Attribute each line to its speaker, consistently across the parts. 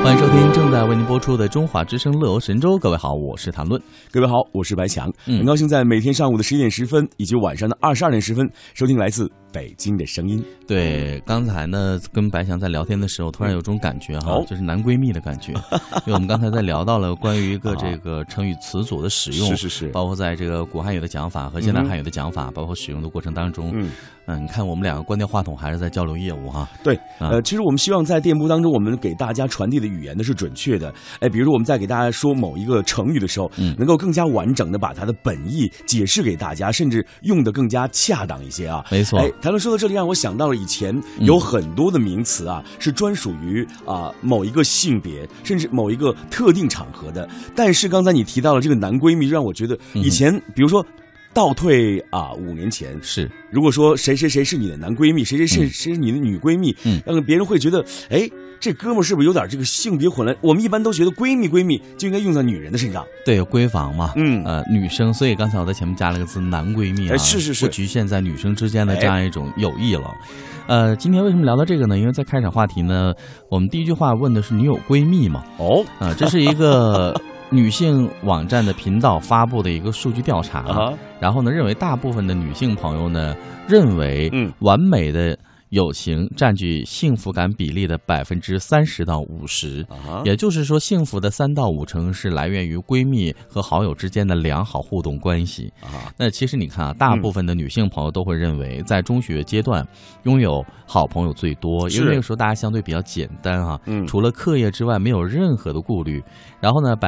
Speaker 1: 欢迎收听正在为您播出的中华之声乐游神州。各位好，我是谭论。
Speaker 2: 各位好，我是白强。很高兴在每天上午的11点10分以及晚上的22点10分收听来自北京的声音。
Speaker 1: 对，刚才呢跟白强在聊天的时候，突然有种感觉哈，就是男闺蜜的感觉。因为我们刚才在聊到了关于一个这个成语词组的使用，
Speaker 2: 是，
Speaker 1: 包括在这个古汉语的讲法和现代汉语的讲法，包括使用的过程当中，你看我们两个关掉话筒还是在交流业务哈。
Speaker 2: 对，其实我们希望在电波当中，我们给大家传递的语言呢是准确的。比如说我们在给大家说某一个成语的时候，能够更加完整的把它的本意解释给大家，甚至用的更加恰当一些啊。
Speaker 1: 没错。
Speaker 2: 谭论说到这里，让我想到了以前有很多的名词啊，是专属于某一个性别，甚至某一个特定场合的。但是刚才你提到了这个男闺蜜，让我觉得以前，比如说倒退5年前，
Speaker 1: 是
Speaker 2: 如果说谁是你的男闺蜜，谁是你的女闺蜜，让别人会觉得，这哥们儿是不是有点这个性别混乱？我们一般都觉得闺蜜就应该用在女人的身上，
Speaker 1: 对，闺房嘛，女生，所以刚才我在前面加了个字男闺蜜啊，
Speaker 2: 是，
Speaker 1: 不局限在女生之间的这样一种友谊了。今天为什么聊到这个呢？因为在开场话题呢，我们第一句话问的是你有闺蜜吗？这是一个女性网站的频道发布的一个数据调查，然后呢，认为大部分的女性朋友呢，认为完美的友情占据幸福感比例的30%到50%，也就是说，幸福的3到5成是来源于闺蜜和好友之间的良好互动关系。那其实你看啊，大部分的女性朋友都会认为，在中学阶段拥有好朋友最多，因为那个时候大家相对比较简单啊，除了课业之外没有任何的顾虑。然后呢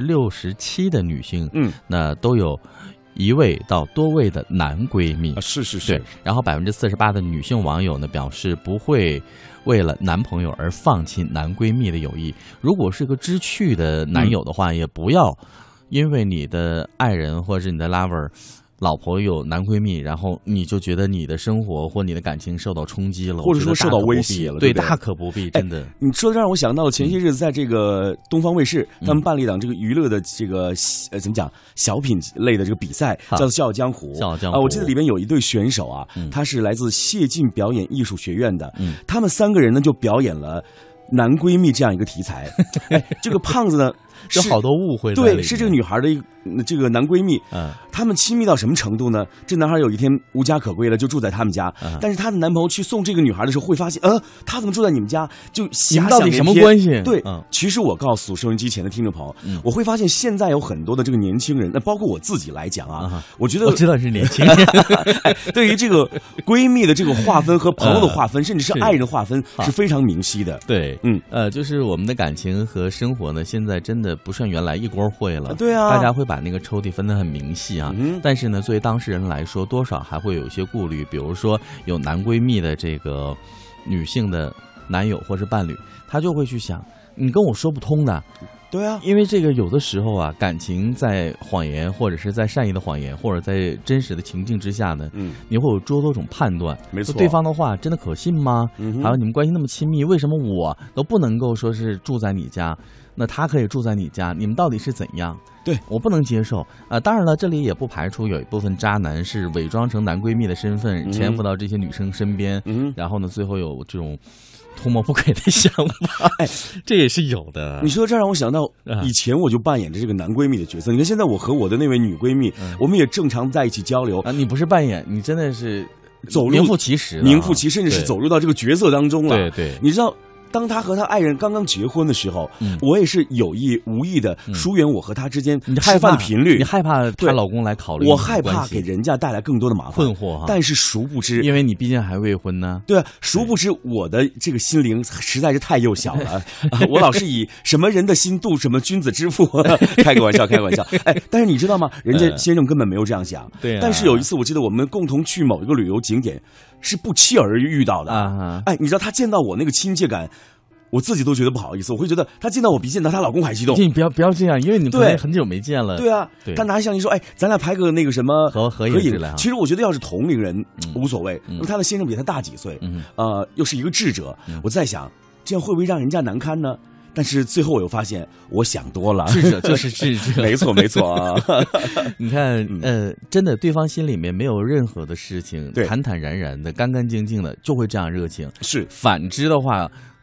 Speaker 1: ，67%的女性，那都有一位到多位的男闺蜜，
Speaker 2: 是，
Speaker 1: 对。然后48%的女性网友呢表示不会为了男朋友而放弃男闺蜜的友谊。如果是个知趣的男友的话，也不要因为你的爱人或者是你的 lover 老婆有男闺蜜，然后你就觉得你的生活或你的感情受到冲击了，
Speaker 2: 或者说受到威胁了，
Speaker 1: 对，大可不必，真的。
Speaker 2: 你说的让我想到前些日子在这个东方卫视，他们办了一档这个娱乐的这个怎么讲小品类的这个比赛，叫做《笑傲江湖》。我记得里面有一对选手啊，他是来自谢晋表演艺术学院的，他们3个人呢就表演了男闺蜜这样一个题材。这个胖子呢，
Speaker 1: 有好多误会，
Speaker 2: 对，是这个女孩的这个男闺蜜，他们亲密到什么程度呢？这男孩有一天无家可归了，就住在他们家，但是他的男朋友去送这个女孩的时候，会发现，他怎么住在你们家？就
Speaker 1: 你们到底什么关系？
Speaker 2: 对，其实我告诉收音机前的听众朋友，我会发现现在有很多的这个年轻人，那包括我自己来讲啊，我觉得
Speaker 1: 我知道是年轻人，
Speaker 2: 对于这个闺蜜的这个划分和朋友的划分，甚至是爱人的划分，是非常明晰的。
Speaker 1: 对，就是我们的感情和生活呢，现在真的不像原来一锅烩了。
Speaker 2: 对啊，
Speaker 1: 大家会把那个抽屉分得很明细啊。但是呢，作为当事人来说，多少还会有一些顾虑，比如说有男闺蜜的这个女性的男友或是伴侣，他就会去想，你跟我说不通的。
Speaker 2: 对啊，
Speaker 1: 因为这个有的时候啊，感情在谎言或者是在善意的谎言，或者在真实的情境之下呢，你会有诸多种判断。
Speaker 2: 没错，
Speaker 1: 对方的话真的可信吗？还有你们关系那么亲密，为什么我都不能够说是住在你家，那他可以住在你家，你们到底是怎样？
Speaker 2: 对，
Speaker 1: 我不能接受。当然了，这里也不排除有一部分渣男是伪装成男闺蜜的身份，潜伏到这些女生身边，然后呢，最后有这种图谋不轨的想法，这也是有的。
Speaker 2: 你说这让我想到以前我就扮演着这个男闺蜜的角色。你看现在我和我的那位女闺蜜，我们也正常在一起交流。
Speaker 1: 你不是扮演，你真的是
Speaker 2: 走入
Speaker 1: 名副其实，
Speaker 2: 甚至是走入到这个角色当中了。
Speaker 1: 对，
Speaker 2: 你知道。当他和他爱人刚刚结婚的时候，我也是有意无意的疏远我和他之间吃饭的频率。
Speaker 1: 你害怕她老公来考虑，
Speaker 2: 我害怕给人家带来更多的麻烦
Speaker 1: 困惑。
Speaker 2: 但是殊不知，
Speaker 1: 因为你毕竟还未婚呢。
Speaker 2: 对啊，殊不知我的这个心灵实在是太幼小了。我老是以什么人的心度什么君子之腹，开个玩笑。但是你知道吗？人家先生根本没有这样想。
Speaker 1: 对啊。
Speaker 2: 但是有一次，我记得我们共同去某一个旅游景点，是不期而遇到的。你知道他见到我那个亲切感。我自己都觉得不好意思，我会觉得她见到我比见到她老公还激动。
Speaker 1: 你不要这样，因为你们很久没见了。
Speaker 2: 对啊，她拿相机说：“咱俩拍个那个什么合影来。”其实我觉得要是同龄人无所谓，因为她的先生比她大几岁，又是一个智者，我在想这样会不会让人家难堪呢？但是最后我又发现，我想多了，
Speaker 1: 智者就是智者，
Speaker 2: 没错啊。
Speaker 1: 你看，真的，对方心里面没有任何的事情，坦坦然然的、干干净净的，就会这样热情。
Speaker 2: 是，
Speaker 1: 反之的话。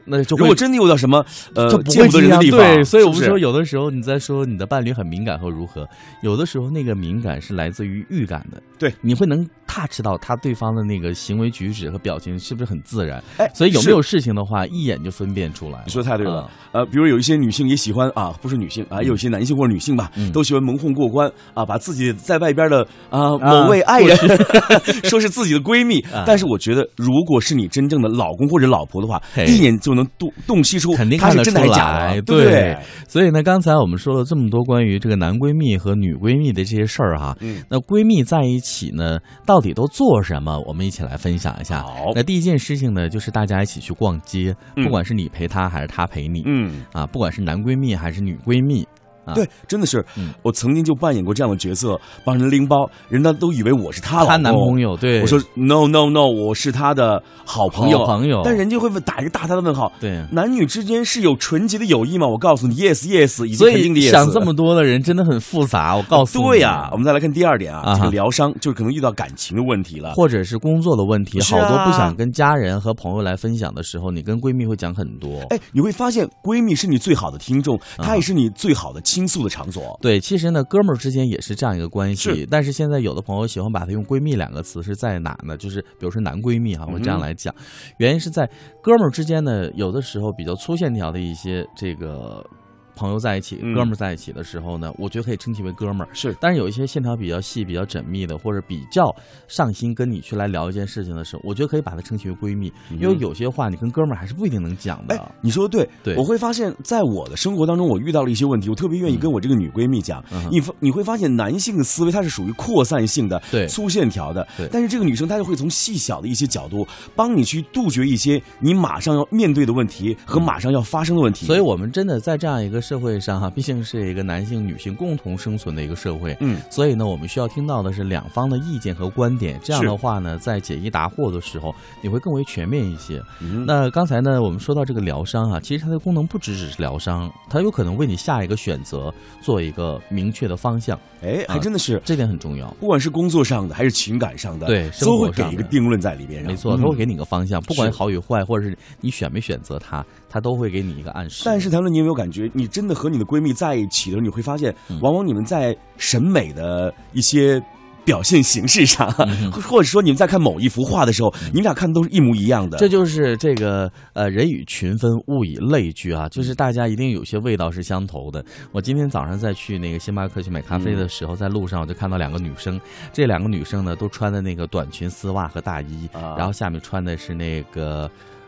Speaker 1: 那就
Speaker 2: 如果真的遇到什么
Speaker 1: 就不会
Speaker 2: 见不得人的地方，
Speaker 1: 对，所以我们
Speaker 2: 是
Speaker 1: 说，有的时候你在说你的伴侣很敏感或如何，有的时候那个敏感是来自于预感的，
Speaker 2: 对，
Speaker 1: 你会能 touch 到他对方的那个行为举止和表情是不是很自然？
Speaker 2: 哎，
Speaker 1: 所以有没有事情的话，一眼就分辨出来。
Speaker 2: 你说的太对了，比如有一些女性也喜欢啊，不是女性啊，有些男性或者女性吧，都喜欢蒙混过关啊，把自己在外边的某位爱人说是自己的闺蜜，但是我觉得，如果是你真正的老公或者老婆的话，一眼就能洞悉出他是真的还是假的，对不对？
Speaker 1: 所以呢，刚才我们说了这么多关于这个男闺蜜和女闺蜜的这些事儿哈，那闺蜜在一起呢，到底都做什么？我们一起来分享一下。
Speaker 2: 好，
Speaker 1: 那第一件事情呢，就是大家一起去逛街，不管是你陪她还是她陪你，不管是男闺蜜还是女闺蜜。
Speaker 2: 对，真的是，我曾经就扮演过这样的角色，帮人拎包，人家都以为我是她
Speaker 1: 男朋友。对，
Speaker 2: 我说 no， 我是她的好朋友，但人家会打一个大大的问号。
Speaker 1: 对，
Speaker 2: 男女之间是有纯洁的友谊吗？我告诉你 ，yes， 已经肯定的 yes。
Speaker 1: 想这么多的人真的很复杂，我告诉你。
Speaker 2: 对呀，我们再来看第二点啊，这个疗伤就是可能遇到感情的问题了，
Speaker 1: 或者是工作的问题，好多不想跟家人和朋友来分享的时候，你跟闺蜜会讲很多。
Speaker 2: 哎，你会发现闺蜜是你最好的听众，她也是你最好的倾诉的场所。
Speaker 1: 对，其实呢，哥们儿之间也是这样一个关系。但是现在有的朋友喜欢把它用闺蜜两个词是在哪呢？就是比如说男闺蜜哈，我这样来讲，原因是在哥们儿之间呢，有的时候比较粗线条的一些这个朋友在一起，哥们儿在一起的时候呢，我觉得可以称其为哥们儿。
Speaker 2: 是，
Speaker 1: 但是有一些线条比较细、比较缜密的，或者比较上心跟你去来聊一件事情的时候，我觉得可以把它称其为闺蜜，因为有些话你跟哥们儿还是不一定能讲的。
Speaker 2: 哎，你说的对，我会发现在我的生活当中，我遇到了一些问题，我特别愿意跟我这个女闺蜜讲。你会发现男性的思维它是属于扩散性的，
Speaker 1: 对，
Speaker 2: 粗线条的，但是这个女生她就会从细小的一些角度帮你去杜绝一些你马上要面对的问题和马上要发生的问题。
Speaker 1: 所以我们真的在这样一个社会上哈，毕竟是一个男性女性共同生存的一个社会，所以呢，我们需要听到的是两方的意见和观点。这样的话呢，在解疑答惑的时候，你会更为全面一些。那刚才呢，我们说到这个疗伤啊，其实它的功能不只是疗伤，它有可能为你下一个选择做一个明确的方向。
Speaker 2: 哎，还真的是，
Speaker 1: 这点很重要。
Speaker 2: 不管是工作上的还是情感上的，
Speaker 1: 对，
Speaker 2: 都会给一个定论在里边。
Speaker 1: 没错，它会给你一个方向，不管好与坏，或者是你选没选择它都会给你一个暗示。
Speaker 2: 但是谭论，你有没有感觉，你真的和你的闺蜜在一起的时候，你会发现，往往你们在审美的一些表现形式上，或者说你们在看某一幅画的时候，你们俩看的都是一模一样的。
Speaker 1: 这就是这个人以群分，物以类聚啊，就是大家一定有些味道是相投的。我今天早上在去那个星巴克去买咖啡的时候，在路上我就看到两个女生，这两个女生呢都穿的那个短裙丝袜和大衣，然后下面穿的是那个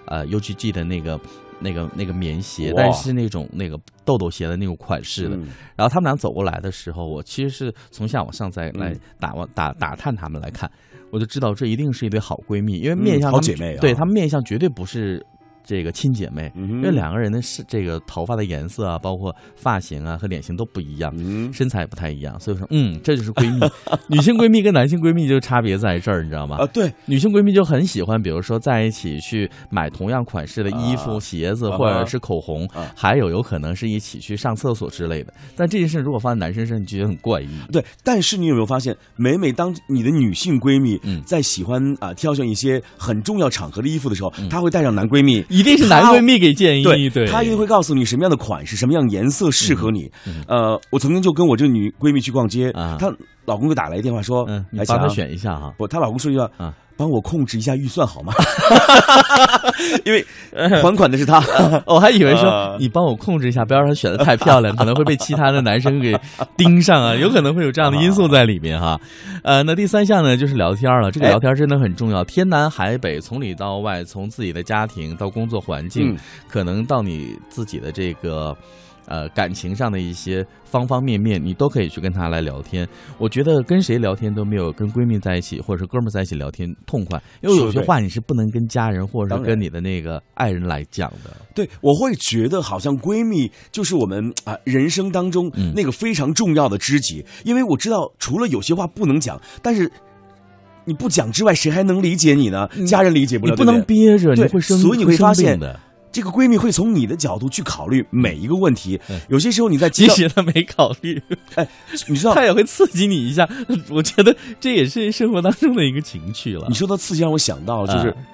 Speaker 1: UGG 的那个棉鞋，但是那种那个豆豆鞋的那种款式的。然后他们俩走过来的时候，我其实是从下往上再来打探他们来看，我就知道这一定是一对好闺蜜，因为面相
Speaker 2: 好姐妹，
Speaker 1: 对他们面相绝对不是这个亲姐妹，因为两个人的这个头发的颜色啊，包括发型啊和脸型都不一样，身材也不太一样，所以说这就是闺蜜。女性闺蜜跟男性闺蜜就差别在这儿，你知道吗？
Speaker 2: 对，
Speaker 1: 女性闺蜜就很喜欢，比如说在一起去买同样款式的衣服、鞋子或者是口红，还有可能是一起去上厕所之类的。但这件事如果放在男生身上，你觉得很怪异。
Speaker 2: 对，但是你有没有发现，每当你的女性闺蜜在喜欢挑选一些很重要场合的衣服的时候，她会带上男闺蜜。
Speaker 1: 一定是男闺蜜给建议，对，
Speaker 2: 她一定会告诉你什么样的款式、什么样的颜色适合你。我曾经就跟我这个女闺蜜去逛街，她老公就打来电话说：“
Speaker 1: 你帮她选一下哈。”
Speaker 2: 她老公说一句：“帮我控制一下预算好吗？”因为还款的是他，
Speaker 1: 我还以为说你帮我控制一下，不要让他选的太漂亮，可能会被其他的男生给盯上啊，有可能会有这样的因素在里面哈。那第三项呢，就是聊天了。这个聊天真的很重要，天南海北，从里到外，从自己的家庭到工作环境，可能到你自己的这个感情上的一些方方面面，你都可以去跟他来聊天。我觉得跟谁聊天都没有跟闺蜜在一起或者是哥们在一起聊天痛快，因为有些话你是不能跟家人或者是跟你的那个爱人来讲的。
Speaker 2: 对，我会觉得好像闺蜜就是我们人生当中那个非常重要的知己，因为我知道除了有些话不能讲，但是你不讲之外，谁还能理解你呢？家人理解不了，
Speaker 1: 你不能憋着，你会生，
Speaker 2: 所以你会发现
Speaker 1: 的。
Speaker 2: 这个闺蜜会从你的角度去考虑每一个问题，有些时候你在
Speaker 1: 即使她没考虑，
Speaker 2: 你知道
Speaker 1: 她也会刺激你一下。我觉得这也是生活当中的一个情趣了。
Speaker 2: 你说到刺激，让我想到就是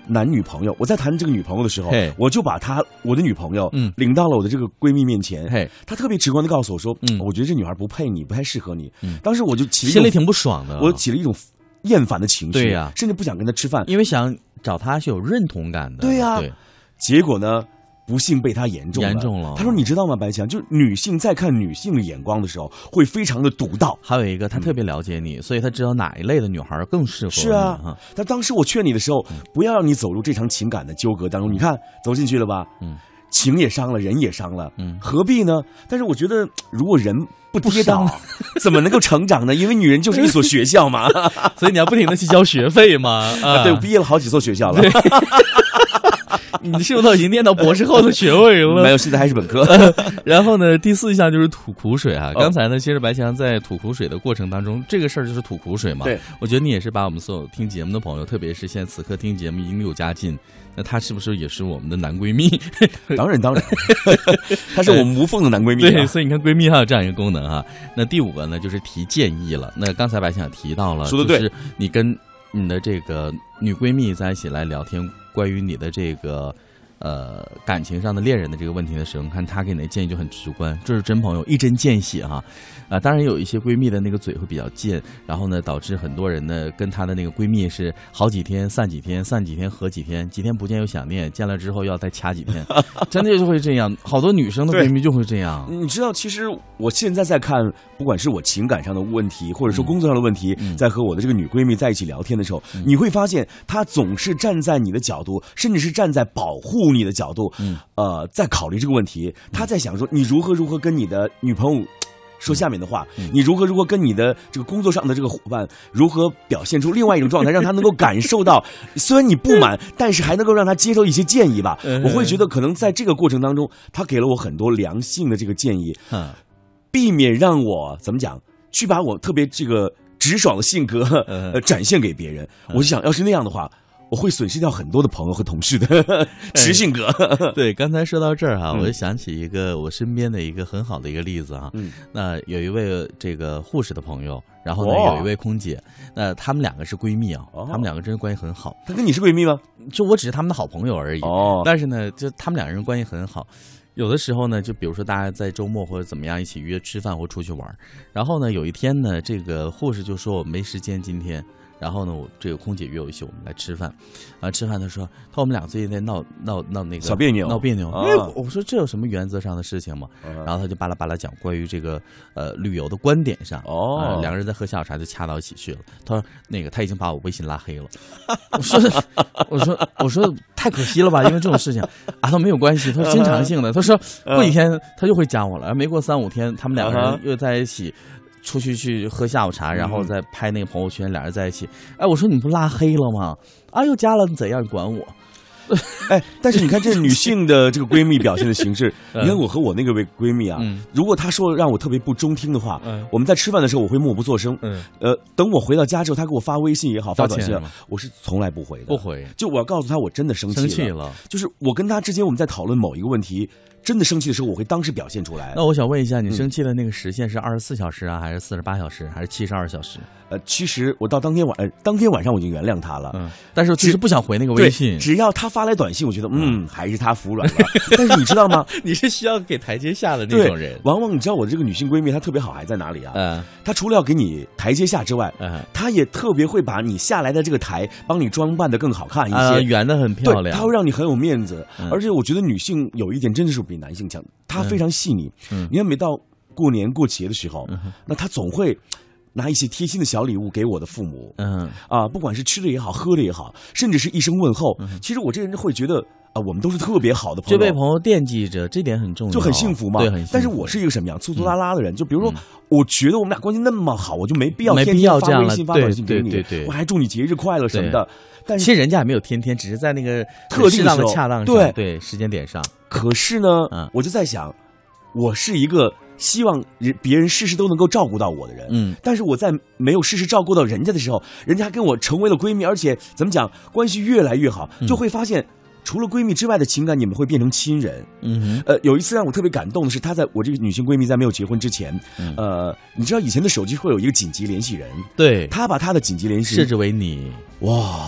Speaker 2: 男女朋友，我在谈这个女朋友的时候，我就把我的女朋友领到了我的这个闺蜜面前，她特别直观的告诉我说，我觉得这女孩不配你，不太适合你。当时我就
Speaker 1: 心里挺不爽的，
Speaker 2: 我起了一种厌烦的情绪，
Speaker 1: 对呀，
Speaker 2: 甚至不想跟她吃饭，
Speaker 1: 因为想找她是有认同感的。
Speaker 2: 对呀，结果呢？不幸被他严重了。他说：“你知道吗，白强，就是女性在看女性的眼光的时候，会非常的独到。
Speaker 1: 还有一个，他特别了解你，所以他知道哪一类的女孩更适合你。”
Speaker 2: 是啊，但当时我劝你的时候，不要让你走入这场情感的纠葛当中。你看，走进去了吧？情也伤了，人也伤了，何必呢？但是我觉得，如果人不跌倒，怎么能够成长呢？因为女人就是一所学校嘛，
Speaker 1: 所以你要不停的去交学费嘛。
Speaker 2: 对，我毕业了好几所学校了。
Speaker 1: 你是不是都已经念到博士后的学位了？
Speaker 2: 没有，现在还是本科。
Speaker 1: 然后呢，第4项就是吐苦水啊。刚才呢，其实白强在吐苦水的过程当中，这个事儿就是吐苦水嘛。
Speaker 2: 对，
Speaker 1: 我觉得你也是把我们所有听节目的朋友，特别是现在此刻听节目已经有加进，那他是不是也是我们的男闺蜜？
Speaker 2: 当然，他是我们无缝的男闺蜜。
Speaker 1: 对，所以你看，闺蜜还有这样一个功能啊。那第5个呢，就是提建议了。那刚才白强提到了，
Speaker 2: 说的对，
Speaker 1: 就是你跟你的这个女闺蜜在一起来聊天。关于你的这个感情上的恋人的这个问题的时候，你看她给你的建议就很直观，这是真朋友，一针见血哈。当然有一些闺蜜的那个嘴会比较贱，然后呢导致很多人呢跟她的那个闺蜜是好几天散几天，散几天合几天，几天不见又想念，见了之后要再掐几天，真的就会这样。好多女生的闺蜜就会这样。
Speaker 2: 你知道，其实我现在在看，不管是我情感上的问题，或者说工作上的问题，在和我的这个女闺蜜在一起聊天的时候，你会发现她总是站在你的角度，甚至是站在保护你的角度，在考虑这个问题。她在想说，你如何跟你的女朋友说下面的话，你如何跟你的这个工作上的这个伙伴如何表现出另外一种状态，让他能够感受到，虽然你不满，但是还能够让他接受一些建议吧。我会觉得可能在这个过程当中，他给了我很多良性的这个建议，避免让我怎么讲，去把我特别这个直爽的性格展现给别人。我就想，要是那样的话，我会损失掉很多的朋友和同事的直性格。
Speaker 1: 对，刚才说到这儿哈，我就想起一个我身边的一个很好的一个例子哈。那有一位这个护士的朋友，然后呢有一位空姐，那她们2个是闺蜜啊，她们2个真是关系很好。
Speaker 2: 她跟你是闺蜜吗？
Speaker 1: 就我只是她们的好朋友而已。但是呢，就她们2个人关系很好。有的时候呢，就比如说大家在周末或者怎么样一起约吃饭或出去玩，然后呢有一天呢，这个护士就说我没时间今天。然后呢，我这个空姐约我一起，我们来吃饭。吃饭的时候，我们俩最近在闹那个
Speaker 2: 小别扭，
Speaker 1: 闹别扭。因为我说这有什么原则上的事情嘛？然后他就巴拉巴拉讲关于这个旅游的观点上。2个人在喝下午茶就掐到一起去了。他说那个他已经把我微信拉黑了。我说太可惜了吧，因为这种事情啊，他没有关系，他说经常性的。他说过几天他就会加我了，没过3-5天，他们2个人又在一起。出去喝下午茶，然后再拍那个朋友圈，2人在一起。我说你不拉黑了吗？又加了，你怎样？你管我？
Speaker 2: 但是你看这女性的这个闺蜜表现的形式，你看我和我那个闺蜜啊，如果她说让我特别不中听的话，我们在吃饭的时候我会默不作声。等我回到家之后，她给我发微信也好，发短信，我是从来不回的。
Speaker 1: 不回，
Speaker 2: 就我要告诉她我真的生气了。就是我跟她之间我们在讨论某一个问题，真的生气的时候，我会当时表现出来。
Speaker 1: 那我想问一下，你生气的那个时限是24小时啊，还是48小时，还是72小时？
Speaker 2: 其实我到当天晚上我已经原谅他了，
Speaker 1: 但是其实不想回那个微信。
Speaker 2: 只要他发来短信，我觉得还是他服软了。但是你知道吗？
Speaker 1: 你是需要给台阶下的那种人。
Speaker 2: 往往你知道我的这个女性闺蜜她特别好还在哪里啊？她除了要给你台阶下之外，她也特别会把你下来的这个台帮你装扮得更好看一些，
Speaker 1: 圆得很漂亮。
Speaker 2: 她会让你很有面子。而且我觉得女性有一点真的是比男性强，她非常细腻。你看每到过年过节的时候，那她总会拿一些贴心的小礼物给我的父母，不管是吃的也好，喝的也好，甚至是一声问候。其实我这个人会觉得我们都是特别好的朋友，
Speaker 1: 就被朋友惦记着，这点很重要，
Speaker 2: 就很幸福嘛。
Speaker 1: 对，很幸福。
Speaker 2: 但是我是一个什么样粗粗拉拉的人？就比如说，我觉得我们俩关系那么好，我就没必要天天发微信发短信给你，我还祝你节日快乐什么的。但是
Speaker 1: 其实人家也没有天天，只是在那个
Speaker 2: 特定
Speaker 1: 的恰当上，对时间点上。
Speaker 2: 可是呢，我就在想，我是一个希望别人事事都能够照顾到我的人，但是我在没有事事照顾到人家的时候，人家还跟我成为了闺蜜，而且怎么讲，关系越来越好，就会发现除了闺蜜之外的情感，你们会变成亲人。有一次让我特别感动的是，她在我这个女性闺蜜在没有结婚之前，你知道以前的手机会有一个紧急联系人，
Speaker 1: 对，
Speaker 2: 她把她的紧急联系
Speaker 1: 设置为你，
Speaker 2: 哇。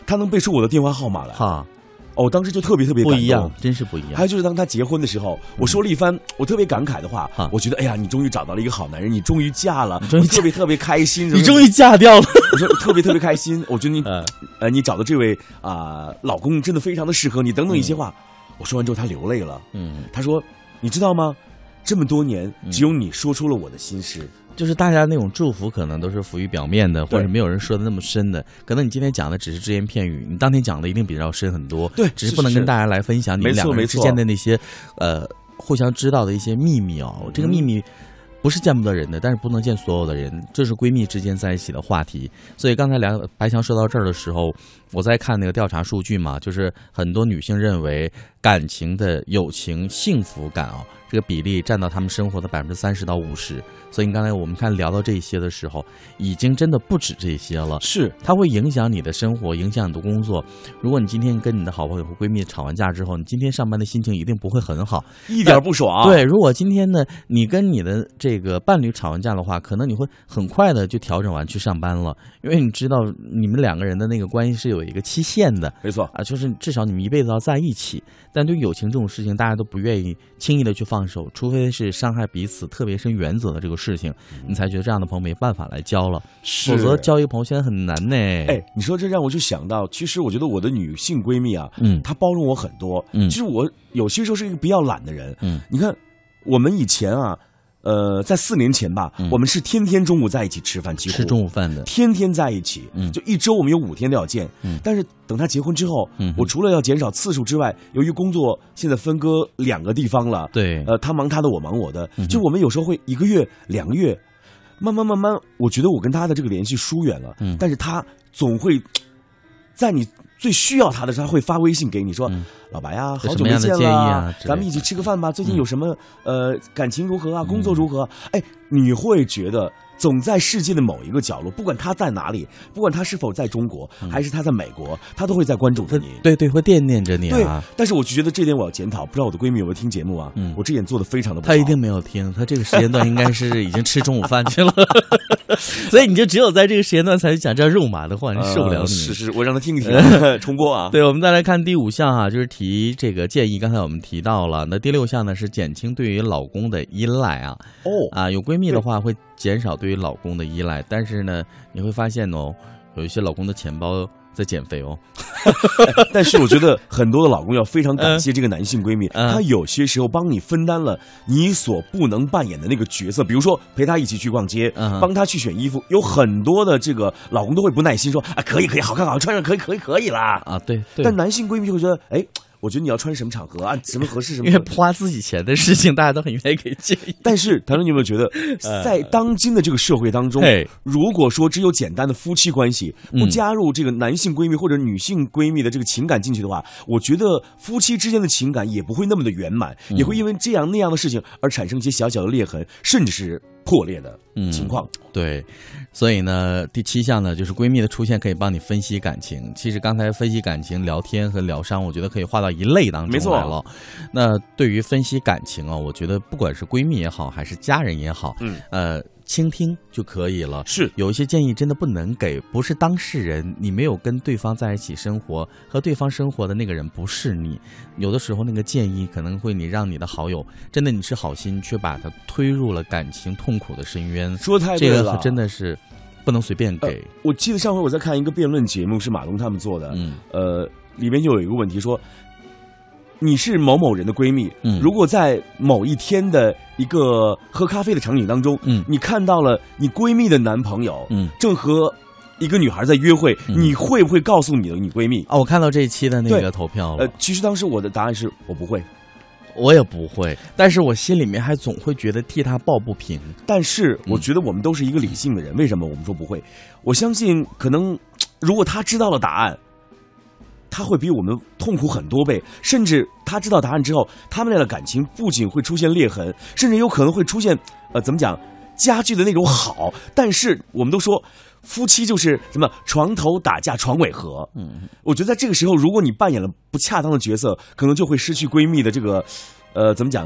Speaker 2: 她能背出我的电话号码来。
Speaker 1: 哈。
Speaker 2: 哦，当时就特别特别感动，
Speaker 1: 不一样，真是不一样。
Speaker 2: 还有就是当他结婚的时候，我说了一番我特别感慨的话，我觉得哎呀，你终于找到了一个好男人，你终于嫁了，我特别特别开心。
Speaker 1: 你终于嫁掉了，
Speaker 2: 我说特别特别开心。我觉得你你找的这位老公真的非常的适合你，等等一些话。我说完之后，他流泪了。他说：“你知道吗？这么多年，只有你说出了我的心事。”
Speaker 1: 就是大家那种祝福可能都是浮于表面的，或者没有人说的那么只的。可能你今天讲的只是只言片语，你当天讲的一定比较深很多。
Speaker 2: 对，
Speaker 1: 只是不能跟大家来分享你们两个人之间的那些互相知道的一些秘密哦。这个秘密不是见不得人的，但是不能见所有的人，这是闺蜜之间在一起的话题。所以刚才白强说到这儿的时候，我在看那个调查数据嘛，就是很多女性认为感情的友情幸福感这个比例占到他们生活的30%到50%。所以刚才我们聊到这些的时候，已经真的不止这些了。
Speaker 2: 是，
Speaker 1: 它会影响你的生活，影响你的工作。如果你今天跟你的好朋友和闺蜜吵完架之后，你今天上班的心情一定不会很好，
Speaker 2: 一点不爽。
Speaker 1: 对，如果今天呢，你跟你的这个伴侣吵完架的话，可能你会很快的就调整完去上班了，因为你知道你们两个人的那个关系是有一个期限的。
Speaker 2: 没错
Speaker 1: 就是至少你们一辈子要在一起。但对于友情这种事情，大家都不愿意轻易的去放手，除非是伤害彼此特别深原则的这个事情，你才觉得这样的朋友没办法来交了。否则交一个朋友现在很难呢。
Speaker 2: 你说这让我就想到，其实我觉得我的女性闺蜜她包容我很多。其实我有些时候是一个比较懒的人。你看我们以前在4年前吧，我们是天天中午在一起吃饭，几乎
Speaker 1: 吃中午饭的，
Speaker 2: 天天在一起，就一周我们有5天都要见。但是等他结婚之后，我除了要减少次数之外，由于工作现在分割2个地方了，
Speaker 1: 对，
Speaker 2: 他忙他的，我忙我的，就我们有时候会1个月、2个月，慢慢，我觉得我跟他的这个联系疏远了。但是他总会在你最需要他的时候，他会发微信给你说：“老白啊，好久没见了，咱们一起吃个饭吧。最近有什么感情如何啊？工作如何？”你会觉得总在世界的某一个角落，不管他在哪里，不管他是否在中国，还是他在美国，他都会在关注着你。
Speaker 1: 对，会惦念着你啊。
Speaker 2: 对，但是我就觉得这点我要检讨，不知道我的闺蜜有没有听节目啊？我这点做的非常的不好。
Speaker 1: 她一定没有听，她这个时间段应该是已经吃中午饭去了。所以你就只有在这个时间段才讲这样肉麻的话，你受不了你。
Speaker 2: 是，我让他听一听重播啊。
Speaker 1: 对，我们再来看第5项就是提这个建议。刚才我们提到了，那第6项呢是减轻对于老公的依赖有闺蜜的话会减少对于老公的依赖，但是呢，你会发现有一些老公的钱包在减肥
Speaker 2: 但是我觉得很多的老公要非常感谢这个男性闺蜜，他有些时候帮你分担了你所不能扮演的那个角色，比如说陪他一起去逛街，帮他去选衣服。有很多的这个老公都会不耐心说可以，好看，穿上可以啦
Speaker 1: 对。
Speaker 2: 但男性闺蜜就会觉得我觉得你要穿什么场合什么合适什么，
Speaker 1: 因为花自己钱的事情，大家都很愿意给建议。
Speaker 2: 但是谭论，你有没有觉得，在当今的这个社会当中，如果说只有简单的夫妻关系，不加入这个男性闺蜜或者女性闺蜜的这个情感进去的话，我觉得夫妻之间的情感也不会那么的圆满，也会因为这样那样的事情而产生一些小小的裂痕，甚至是破裂的情况。
Speaker 1: 对，所以呢，第7项呢，就是闺蜜的出现可以帮你分析感情。其实刚才分析感情、聊天和疗伤，我觉得可以划到一类当中来了。那对于分析感情我觉得不管是闺蜜也好，还是家人也好，倾听就可以了。
Speaker 2: 是，
Speaker 1: 有一些建议真的不能给，不是当事人，你没有跟对方在一起生活，和对方生活的那个人不是你。有的时候那个建议可能会让你的好友真的你是好心，却把他推入了感情痛苦的深渊。
Speaker 2: 说太对了，
Speaker 1: 这个真的是不能随便给。
Speaker 2: 我记得上回我在看一个辩论节目，是马东他们做的，里面就有一个问题说，你是某某人的闺蜜，如果在某一天的一个喝咖啡的场景当中，你看到了你闺蜜的男朋友，正和一个女孩在约会，你会不会告诉你的女闺蜜？
Speaker 1: 我看到这一期的那个投票了。
Speaker 2: 其实当时我的答案是我不会。
Speaker 1: 我也不会，但是我心里面还总会觉得替他抱不平。
Speaker 2: 但是我觉得我们都是一个理性的人，为什么我们说不会？我相信可能如果他知道了答案，他会比我们痛苦很多倍，甚至他知道答案之后，他们俩的感情不仅会出现裂痕，甚至有可能会出现怎么讲加剧的那种好。但是我们都说夫妻就是什么床头打架床尾和，我觉得在这个时候，如果你扮演了不恰当的角色，可能就会失去闺蜜的这个怎么讲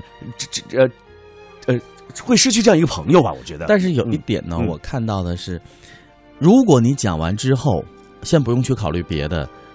Speaker 2: 会失去这样一个朋友吧，我觉得。
Speaker 1: 但是有一点呢，我看到的是，如果你讲完之后，先不用去考虑别的，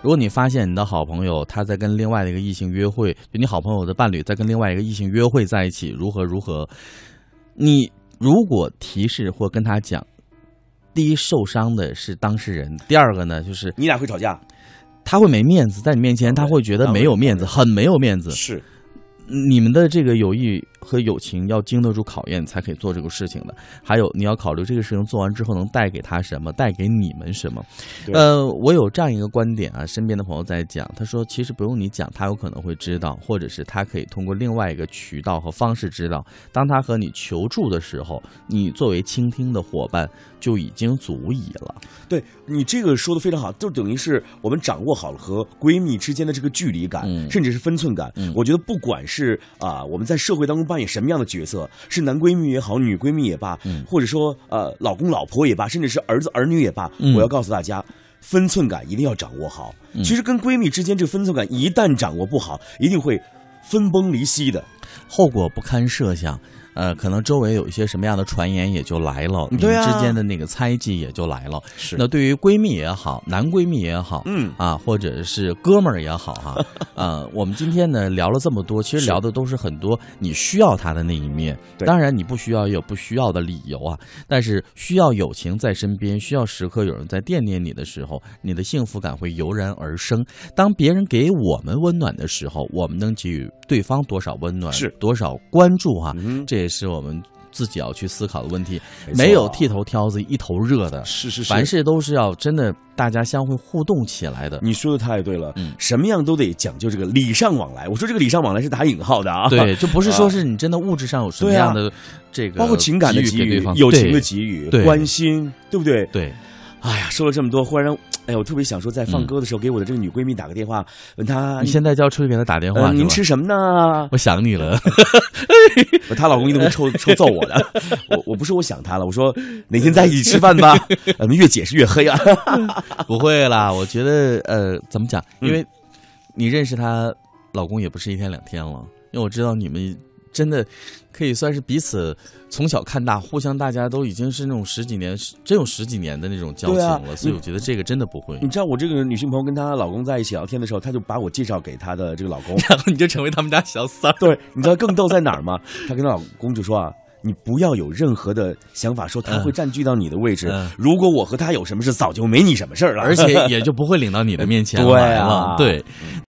Speaker 1: 如果你发现你的好朋友他在跟另外的一个异性约会，就你好朋友的伴侣在跟另外一个异性约会在一起，如何，你如果提示或跟他讲，第一受伤的是当事人，第二个呢就是
Speaker 2: 你俩会吵架，
Speaker 1: 他会没面子，在你面前他会觉得没有面子，很没有面子。
Speaker 2: 是。
Speaker 1: 你们的这个友谊和友情要经得住考验才可以做这个事情的。还有你要考虑这个事情做完之后能带给他什么，带给你们什么。我有这样一个观点啊，身边的朋友在讲，他说其实不用你讲，他有可能会知道，或者是他可以通过另外一个渠道和方式知道。当他和你求助的时候，你作为倾听的伙伴就已经足矣了。
Speaker 2: 对，你这个说的非常好，就等于是我们掌握好了和闺蜜之间的这个距离感，甚至是分寸感。我觉得不管是我们在社会当中扮演什么样的角色，是男闺蜜也好，女闺蜜也罢，或者说老公老婆也罢，甚至是儿子儿女也罢，我要告诉大家，分寸感一定要掌握好。其实跟闺蜜之间这个分寸感一旦掌握不好，一定会分崩离析的，
Speaker 1: 后果不堪设想。可能周围有一些什么样的传言也就来了，你们之间的那个猜忌也就来了。
Speaker 2: 是，
Speaker 1: 那对于闺蜜也好，男闺蜜也好，或者是哥们儿也好哈，我们今天呢聊了这么多，其实聊的都是很多你需要他的那一面。当然你不需要也有不需要的理由啊，但是需要友情在身边，需要时刻有人在惦念你的时候，你的幸福感会油然而生。当别人给我们温暖的时候，我们能给予对方多少温暖，
Speaker 2: 是
Speaker 1: 多少关注啊，这也是我们自己要去思考的问题。没有剃头挑子一头热的，
Speaker 2: 是，
Speaker 1: 凡事都是要真的大家相互互动起来的。
Speaker 2: 你说的太对了，什么样都得讲究这个礼尚往来。我说这个礼尚往来是打引号的啊，
Speaker 1: 对，就不是说是你真的物质上有什么样的这个，
Speaker 2: 包括情感的给予，友情的给予，关心，对不对？
Speaker 1: 对。
Speaker 2: 哎呀，说了这么多，忽然我特别想说，在放歌的时候给我的这个女闺蜜打个电话，问她，
Speaker 1: 你现在就要出去给她打电话，
Speaker 2: 您吃什么呢？
Speaker 1: 我想你了。
Speaker 2: 她老公一定会抽揍我的。我不是我想她了，我说哪天在一起吃饭吧。越解释越黑啊。
Speaker 1: 不会啦，我觉得怎么讲？因为你认识她老公也不是一天两天了，因为我知道你们真的可以算是彼此从小看大，互相大家都已经是那种真有十几年的那种交情了，所以我觉得这个真的不会。
Speaker 2: 你知道我这个女性朋友跟她老公在一起聊天的时候，她就把我介绍给她的这个老公，
Speaker 1: 然后你就成为他们家小三儿。
Speaker 2: 对，你知道更逗在哪儿吗？她跟她老公就说你不要有任何的想法说他会占据到你的位置，如果我和他有什么事，早就没你什么事了，
Speaker 1: 而且也就不会领到你的面前
Speaker 2: 来了。
Speaker 1: 对。